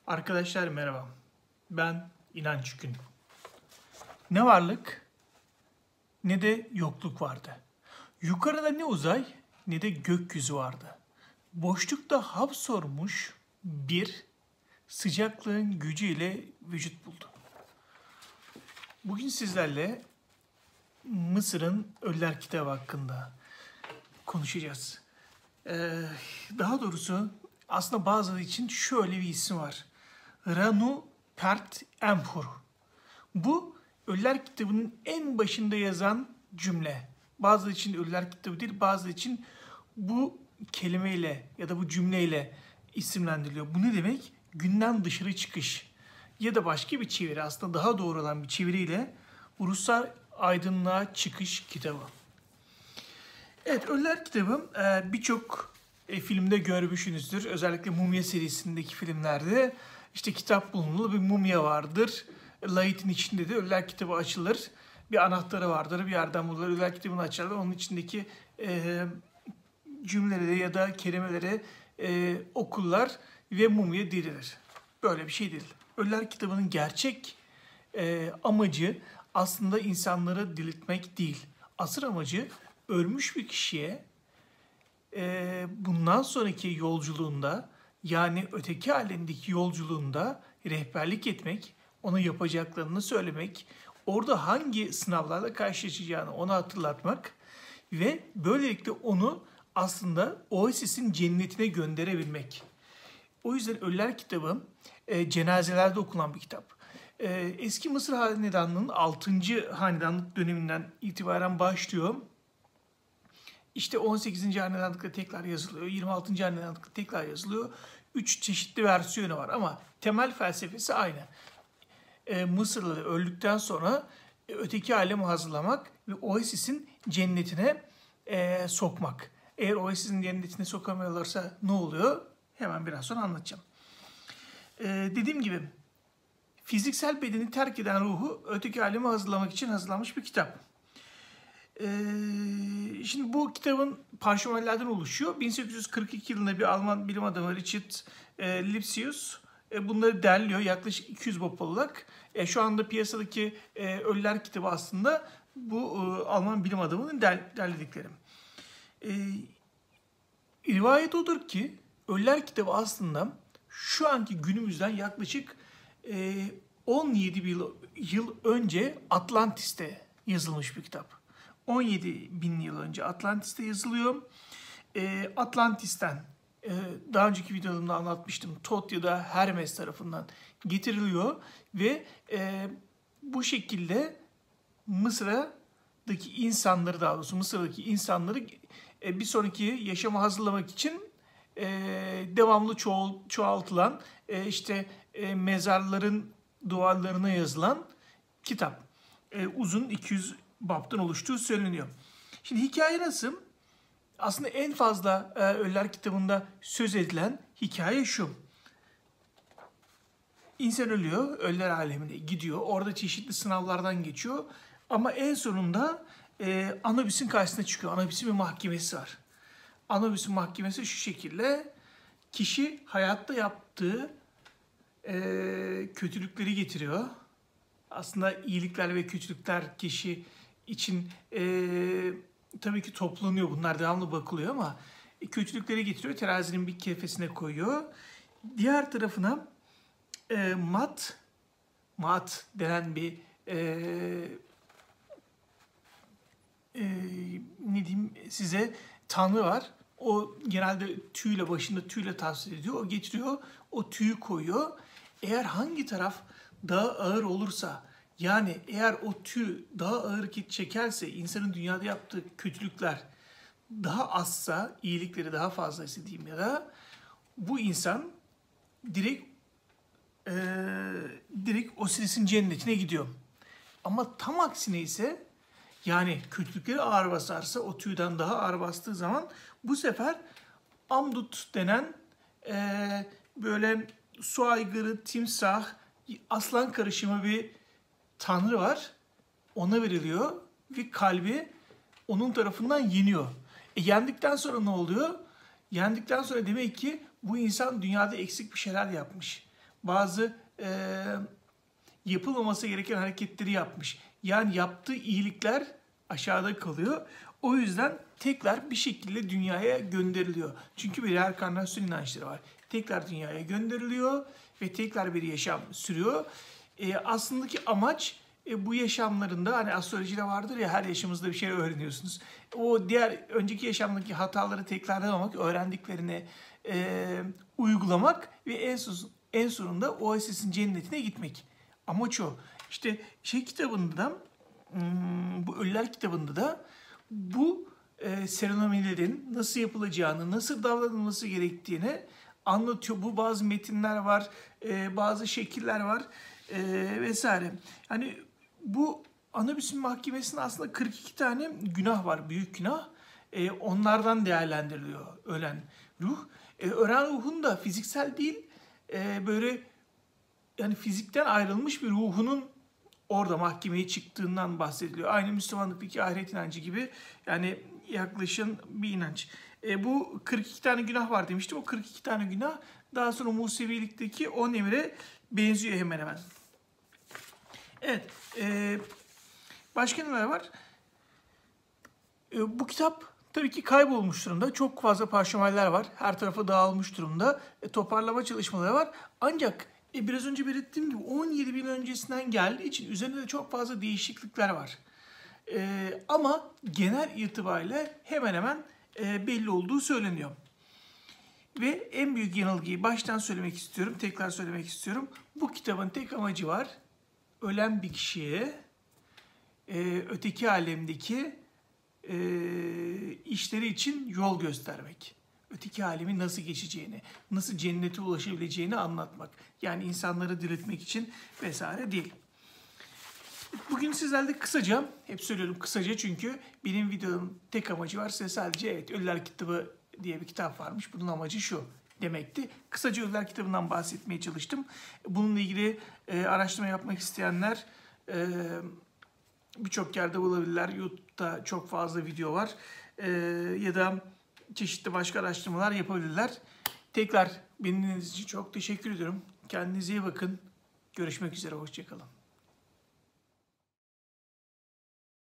Arkadaşlar merhaba. Ben İnanç Gün. Ne varlık ne de yokluk vardı. Yukarıda ne uzay ne de gökyüzü vardı. Boşlukta hapsolmuş bir sıcaklığın gücüyle vücut buldu. Bugün sizlerle Mısır'ın Ölüler Kitabı hakkında konuşacağız. Daha doğrusu aslında bazıları için şöyle bir isim var. Ranu Pert Empur. Bu Ölüler Kitabı'nın en başında yazan cümle. Bazıları için Ölüler Kitabı değil, bazıları için bu kelimeyle ya da bu cümleyle isimlendiriliyor. Bu ne demek? Günden dışarı çıkış. Ya da başka bir çeviri, aslında daha doğru olan bir çeviriyle Ulusal Aydınlığa Çıkış Kitabı. Evet, Ölüler Kitabı birçok filmde görmüşsünüzdür. Özellikle Mumya serisindeki filmlerde işte kitap bulunur, bir mumya vardır. Layitin içinde de Ölüler Kitabı açılır. Bir anahtarı vardır, bir yerden bulurlar. Ölüler Kitabı'nı açarlar. Onun içindeki cümleleri ya da kelimeleri okurlar ve mumya dirilir. Böyle bir şey değil. Ölüler Kitabı'nın gerçek amacı aslında insanları diriltmek değil. Asıl amacı ölmüş bir kişiye bundan sonraki yolculuğunda, yani öteki alemdeki yolculuğunda rehberlik etmek, ona yapacaklarını söylemek, orada hangi sınavlarla karşılaşacağını ona hatırlatmak ve böylelikle onu aslında Oasis'in cennetine gönderebilmek. O yüzden Ölüler Kitabı cenazelerde okunan bir kitap. Eski Mısır Hanedanlığı'nın 6. hanedanlık döneminden itibaren başlıyor. İşte 18. hanedanlıkta tekrar yazılıyor, 26. hanedanlıkta tekrar yazılıyor. 3 çeşitli versiyonu var ama temel felsefesi aynı. Mısırlıları öldükten sonra öteki alemi hazırlamak ve Oasis'in cennetine sokmak. Eğer Oasis'in cennetine sokamıyorlarsa ne oluyor? Hemen biraz sonra anlatacağım. Dediğim gibi fiziksel bedeni terk eden ruhu öteki alemi hazırlamak için hazırlanmış bir kitap. Şimdi bu kitabın parşömenlerden oluşuyor. 1842 yılında bir Alman bilim adamı Richard Lipsius bunları derliyor yaklaşık 200 bap olarak. Şu anda piyasadaki Ölüler Kitabı aslında bu Alman bilim adamının derledikleri. Rivayet odur ki Ölüler Kitabı aslında şu anki günümüzden yaklaşık 17 yıl önce Atlantis'te yazılmış bir kitap. 17 bin yıl önce Atlantis'te yazılıyor. Atlantis'ten daha önceki videomda anlatmıştım. Tot ya da Hermes tarafından getiriliyor ve bu şekilde Mısır'daki insanları, daha doğrusu Mısır'daki insanları bir sonraki yaşama hazırlamak için devamlı çoğaltılan işte mezarların duvarlarına yazılan kitap. Uzun 200 baptan oluştuğu söyleniyor. Şimdi hikaye nasıl? Aslında en fazla Ölüler Kitabı'nda söz edilen hikaye şu. İnsan ölüyor, ölüler alemine gidiyor. Orada çeşitli sınavlardan geçiyor. Ama en sonunda Anubis'in karşısına çıkıyor. Anubis'in bir mahkemesi var. Anubis'in mahkemesi şu şekilde. Kişi hayatta yaptığı kötülükleri getiriyor. Aslında iyilikler ve kötülükler kişi için tabii ki toplanıyor. Bunlar devamlı bakılıyor ama kötülükleri getiriyor. Terazinin bir kefesine koyuyor. Diğer tarafına mat denen bir ne diyeyim size, tanrı var. O genelde başında tüyle tasvir ediyor. O getiriyor, o tüyü koyuyor. Eğer hangi taraf daha ağır olursa, yani eğer o tüy daha ağır çekerse, insanın dünyada yaptığı kötülükler daha azsa, iyilikleri daha fazlaysa diyeyim, ya da bu insan direkt Osiris'in cennetine gidiyor. Ama tam aksine ise, yani kötülükleri ağır basarsa, o tüyden daha ağır bastığı zaman bu sefer Amdut denen böyle su aygırı, timsah, aslan karışımı bir tanrı var. Ona veriliyor ve kalbi onun tarafından yeniyor. Yendikten sonra ne oluyor? Yendikten sonra demek ki bu insan dünyada eksik bir şeyler yapmış. bazı yapılmaması gereken hareketleri yapmış. Yani yaptığı iyilikler aşağıda kalıyor. O yüzden tekrar bir şekilde dünyaya gönderiliyor. Çünkü bir reenkarnasyon inançları var. Tekrar dünyaya gönderiliyor ve tekrar bir yaşam sürüyor. Aslındaki amaç bu yaşamlarında, hani astrolojide vardır ya, her yaşamınızda bir şey öğreniyorsunuz. O diğer önceki yaşamdaki hataları tekrarlamamak, öğrendiklerini uygulamak ve en sonunda Oasis'in cennetine gitmek. Amaç o. İşte kitabında da, bu Ölüler kitabında da bu seremonilerin nasıl yapılacağını, nasıl davranılması gerektiğini anlatıyor. Bu bazı metinler var, bazı şekiller var vesaire. Yani bu Anubis'in mahkemesinde aslında 42 tane günah var, büyük günah. Onlardan değerlendiriliyor ölen ruh. Ölen ruhun da fiziksel değil, böyle yani fizikten ayrılmış bir ruhunun orada mahkemeye çıktığından bahsediliyor. Aynı Müslümanlıktaki ahiret inancı gibi, yani yaklaşan bir inanç. Bu 42 tane günah var demiştim. O 42 tane günah daha sonra Musevilikteki 10 emire benziyor hemen hemen. Evet. Başka neler var? Bu kitap tabii ki kaybolmuş durumda. Çok fazla parşömenler var. Her tarafa dağılmış durumda. Toparlama çalışmaları var. Ancak biraz önce belirttiğim gibi 17 bin öncesinden geldiği için üzerinde de çok fazla değişiklikler var. Ama genel itibariyle hemen hemen belli olduğu söyleniyor. Ve en büyük yanılgıyı baştan söylemek istiyorum, tekrar söylemek istiyorum. Bu kitabın tek amacı var. Ölen bir kişiye öteki alemdeki işleri için yol göstermek. Öteki alemi nasıl geçeceğini, nasıl cennete ulaşabileceğini anlatmak. Yani insanları diriltmek için vesaire değil. Bugün sizlerle kısaca, hep söylüyorum kısaca çünkü benim videonun tek amacı var. Size sadece Ölüler Kitabı diye bir kitap varmış. Bunun amacı şu demekti. Kısaca Ölüler Kitabı'ndan bahsetmeye çalıştım. Bununla ilgili araştırma yapmak isteyenler birçok yerde bulabilirler. YouTube'da çok fazla video var. Ya da çeşitli başka araştırmalar yapabilirler. Tekrar beni dinlediğiniz için çok teşekkür ediyorum. Kendinize iyi bakın. Görüşmek üzere. Hoşça kalın.